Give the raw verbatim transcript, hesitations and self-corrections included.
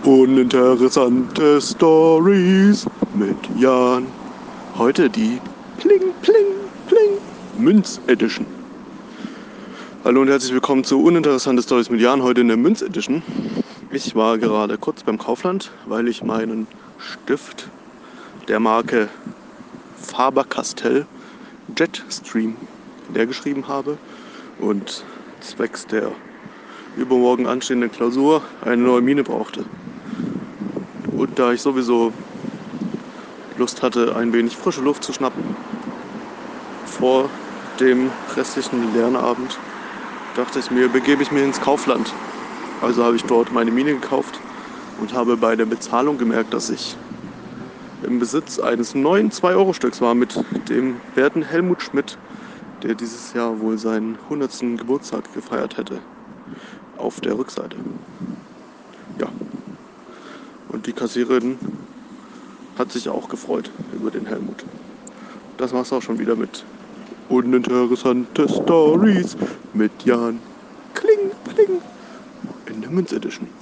Uninteressante Stories mit Jan. Heute die Pling, Pling, Pling Münz Edition. Hallo und herzlich willkommen zu Uninteressante Stories mit Jan, heute in der Münz Edition. Ich war gerade kurz beim Kaufland, weil ich meinen Stift der Marke Faber-Castell Jetstream leergeschrieben habe und zwecks der übermorgen anstehenden Klausur eine neue Mine brauchte. Und da ich sowieso Lust hatte, ein wenig frische Luft zu schnappen vor dem restlichen Lernabend, dachte ich mir, begebe ich mich ins Kaufland. Also habe ich dort meine Mine gekauft und habe bei der Bezahlung gemerkt, dass ich im Besitz eines neuen zwei Euro Stücks war mit dem werten Helmut Schmidt, der dieses Jahr wohl seinen hundertsten Geburtstag gefeiert hätte, auf der Rückseite. Ja. Und die Kassiererin hat sich auch gefreut über den Helmut. Das war's auch schon wieder mit Uninteressante Stories mit Jan. Kling, kling. In der Münz Edition.